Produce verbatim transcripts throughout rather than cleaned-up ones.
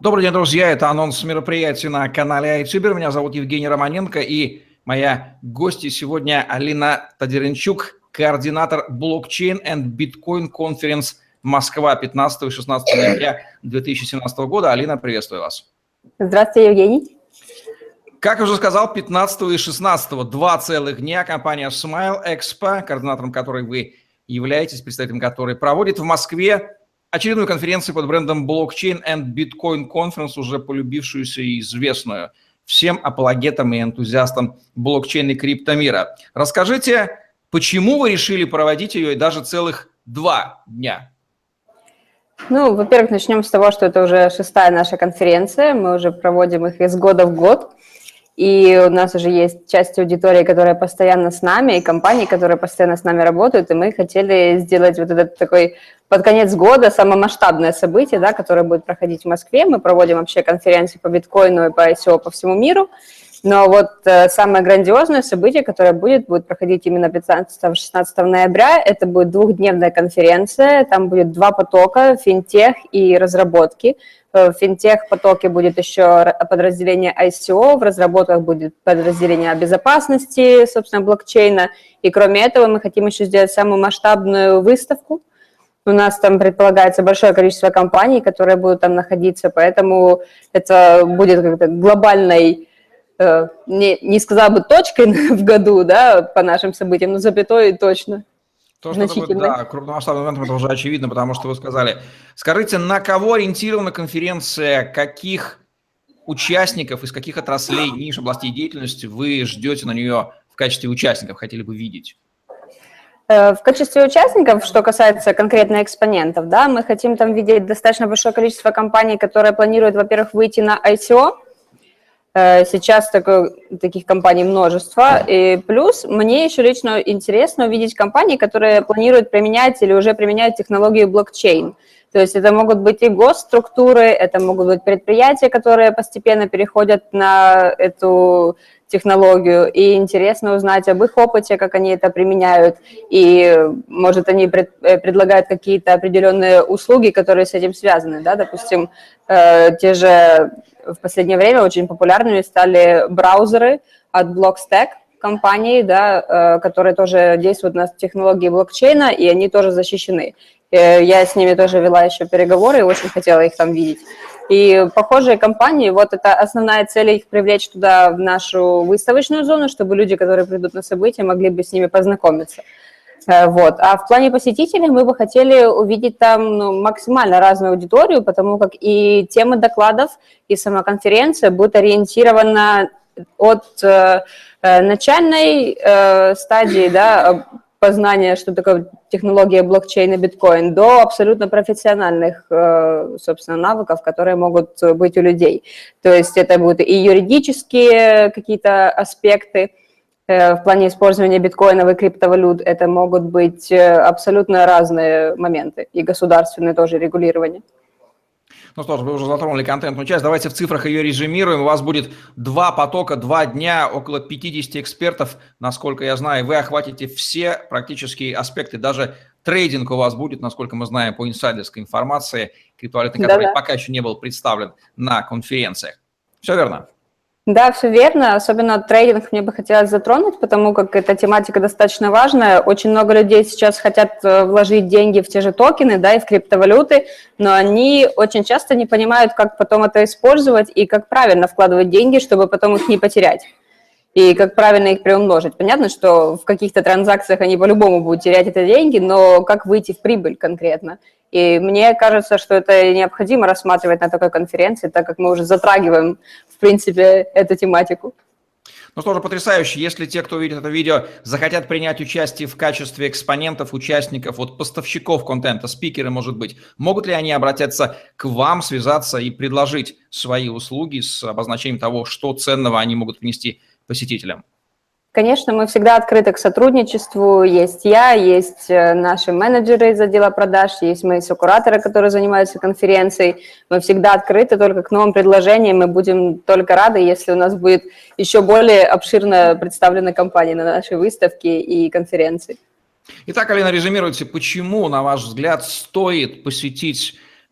Добрый день, друзья. Это анонс мероприятия на канале iTuber. Меня зовут Евгений Романенко, и моя гостья сегодня Алина Тодоренчук, координатор Blockchain and Bitcoin Conference Москва пятнадцатого и шестнадцатого ноября две тысячи семнадцатого года. Алина, приветствую вас. Здравствуйте, Евгений. Как я уже сказал, пятнадцатого и шестнадцатого два целых дня компания Smile Expo, координатором которой вы являетесь, представителем которой проводит в Москве очередную конференцию под брендом Blockchain and Bitcoin Conference, уже полюбившуюся и известную всем апологетам и энтузиастам блокчейн и криптомира. Расскажите, почему вы решили проводить ее и даже целых два дня? Ну, во-первых, начнем с того, что это уже шестая наша конференция, мы уже проводим их из года в год, и у нас уже есть часть аудитории, которая постоянно с нами, и компании, которые постоянно с нами работают, и мы хотели сделать вот этот такой под конец года самое масштабное событие, да, которое будет проходить в Москве. Мы проводим вообще конференции по биткоину и по ай си о по всему миру, но вот э, самое грандиозное событие, которое будет, будет проходить именно пятнадцатого-шестнадцатого ноября, это будет двухдневная конференция, там будет два потока, финтех и разработки. В финтех-потоке будет еще подразделение ай си о, в разработках будет подразделение безопасности, собственно, блокчейна. И кроме этого мы хотим еще сделать самую масштабную выставку. У нас там предполагается большое количество компаний, которые будут там находиться, поэтому это будет как-то глобальной, э, не, не сказала бы точкой в году, да, по нашим событиям, но запятой точно. То, что это будет, да, крупномасштабным моментом, это уже очевидно, потому что вы сказали. Скажите, на кого ориентирована конференция, каких участников, из каких отраслей, ниш, областей деятельности вы ждете на нее в качестве участников, хотели бы видеть? В качестве участников, что касается конкретно экспонентов, да, мы хотим там видеть достаточно большое количество компаний, которые планируют, во-первых, выйти на ай си о. Сейчас такой, таких компаний множество. И плюс мне еще лично интересно увидеть компании, которые планируют применять или уже применяют технологию блокчейн. То есть это могут быть и госструктуры, это могут быть предприятия, которые постепенно переходят на эту технологию, и интересно узнать об их опыте, как они это применяют, и, может, они пред, предлагают какие-то определенные услуги, которые с этим связаны, да, допустим, э, те же в последнее время очень популярными стали браузеры от Blockstack компании, да, э, которые тоже действуют на технологии блокчейна, и они тоже защищены. Э, я с ними тоже вела еще переговоры, и очень хотела их там видеть. И похожие компании, вот это основная цель их привлечь туда, в нашу выставочную зону, чтобы люди, которые придут на события, могли бы с ними познакомиться. Вот. А в плане посетителей мы бы хотели увидеть там ну, максимально разную аудиторию, потому как и темы докладов, и сама конференция будет ориентирована от э, начальной э, стадии, да, познания, что такое технология блокчейна, биткоин, до абсолютно профессиональных, собственно, навыков, которые могут быть у людей. То есть это будут и юридические какие-то аспекты в плане использования биткоинов и криптовалют, это могут быть абсолютно разные моменты, и государственное тоже регулирование. Ну что ж, вы уже затронули контентную часть, давайте в цифрах ее резюмируем. У вас будет два потока, два дня, около пятидесяти экспертов, насколько я знаю. Вы охватите все практически аспекты, даже трейдинг у вас будет, насколько мы знаем, по инсайдерской информации, криптовалютной, который Да-да. пока еще не был представлен на конференциях. Все верно? Да, все верно. Особенно трейдинг мне бы хотелось затронуть, потому как эта тематика достаточно важная. Очень много людей сейчас хотят вложить деньги в те же токены, да, и в криптовалюты, но они очень часто не понимают, как потом это использовать и как правильно вкладывать деньги, чтобы потом их не потерять. И как правильно их приумножить. Понятно, что в каких-то транзакциях они по-любому будут терять эти деньги, но как выйти в прибыль конкретно? И мне кажется, что это необходимо рассматривать на такой конференции, так как мы уже затрагиваем, в принципе, эту тематику. Ну что же, потрясающе. Если те, кто видит это видео, захотят принять участие в качестве экспонентов, участников, вот поставщиков контента, спикеры, может быть, могут ли они обратиться к вам, связаться и предложить свои услуги с обозначением того, что ценного они могут принести посетителям? Конечно, мы всегда открыты к сотрудничеству. Есть я, есть наши менеджеры из отдела продаж, есть мои сокураторы, которые занимаются конференцией. Мы всегда открыты только к новым предложениям. Мы будем только рады, если у нас будет еще более обширно представлена компания на нашей выставке и конференции. Итак, Алина, резюмируйте, почему, на ваш взгляд, стоит посетить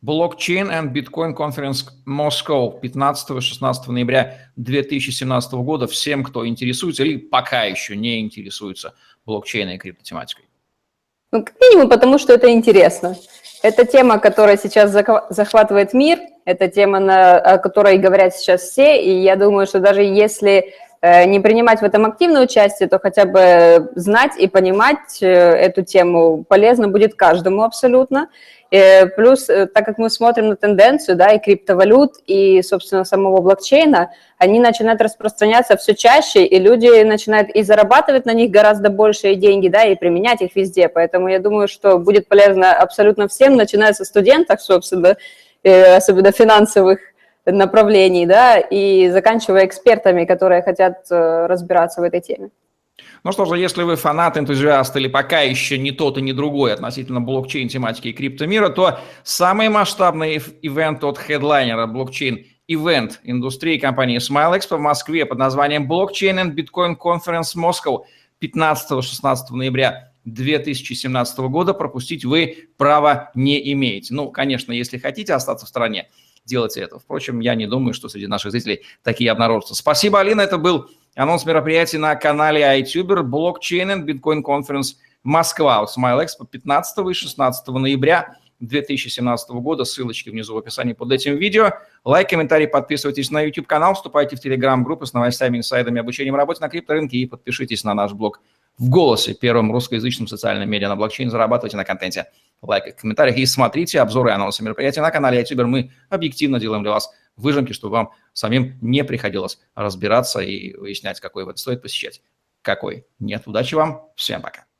Blockchain and Bitcoin Conference Moscow пятнадцатого-шестнадцатого ноября две тысячи семнадцатого года. Всем, кто интересуется или пока еще не интересуется блокчейном и криптотематикой. Ну, как минимум, потому что это интересно. Это тема, которая сейчас захватывает мир, это тема, на, о которой говорят сейчас все, и я думаю, что даже если э, не принимать в этом активное участие, то хотя бы знать и понимать э, эту тему полезно будет каждому абсолютно. И плюс, э, так как мы смотрим на тенденцию, да, и криптовалют, и, собственно, самого блокчейна, они начинают распространяться все чаще, и люди начинают и зарабатывать на них гораздо большие деньги, да, и применять их везде. Поэтому я думаю, что будет полезно абсолютно всем, начиная со студентов, собственно, э, особенно финансовых направлений, да, и заканчивая экспертами, которые хотят э, разбираться в этой теме. Ну что же, если вы фанат, энтузиаст или пока еще не тот и не другой относительно блокчейн, тематики и криптомира, то самый масштабный ивент от хедлайнера блокчейн-ивент индустрии компании SmileExpo в Москве под названием Blockchain and Bitcoin Conference Moscow пятнадцатого-шестнадцатого ноября две тысячи семнадцатого года пропустить вы права не имеете. Ну, конечно, если хотите остаться в стороне, делайте это. Впрочем, я не думаю, что среди наших зрителей такие обнаружатся. Спасибо, Алина. Это был анонс мероприятий на канале iTuber Blockchain and Bitcoin Conference Москва от SmileExpo пятнадцатого и шестнадцатого ноября две тысячи семнадцатого года. Ссылочки внизу в описании под этим видео. Лайк, комментарий, подписывайтесь на YouTube-канал, вступайте в Telegram-группы с новостями, инсайдами, обучением работе на крипторынке и подпишитесь на наш блог «В голосе», первым русскоязычным социальным медиа на блокчейн. Зарабатывайте на контенте. Лайк, комментариях и смотрите обзоры и анонсы мероприятий на канале iTuber. Мы объективно делаем для вас выжимки, чтобы вам самим не приходилось разбираться и выяснять, какой ивент стоит посещать, какой нет. Удачи вам, всем пока.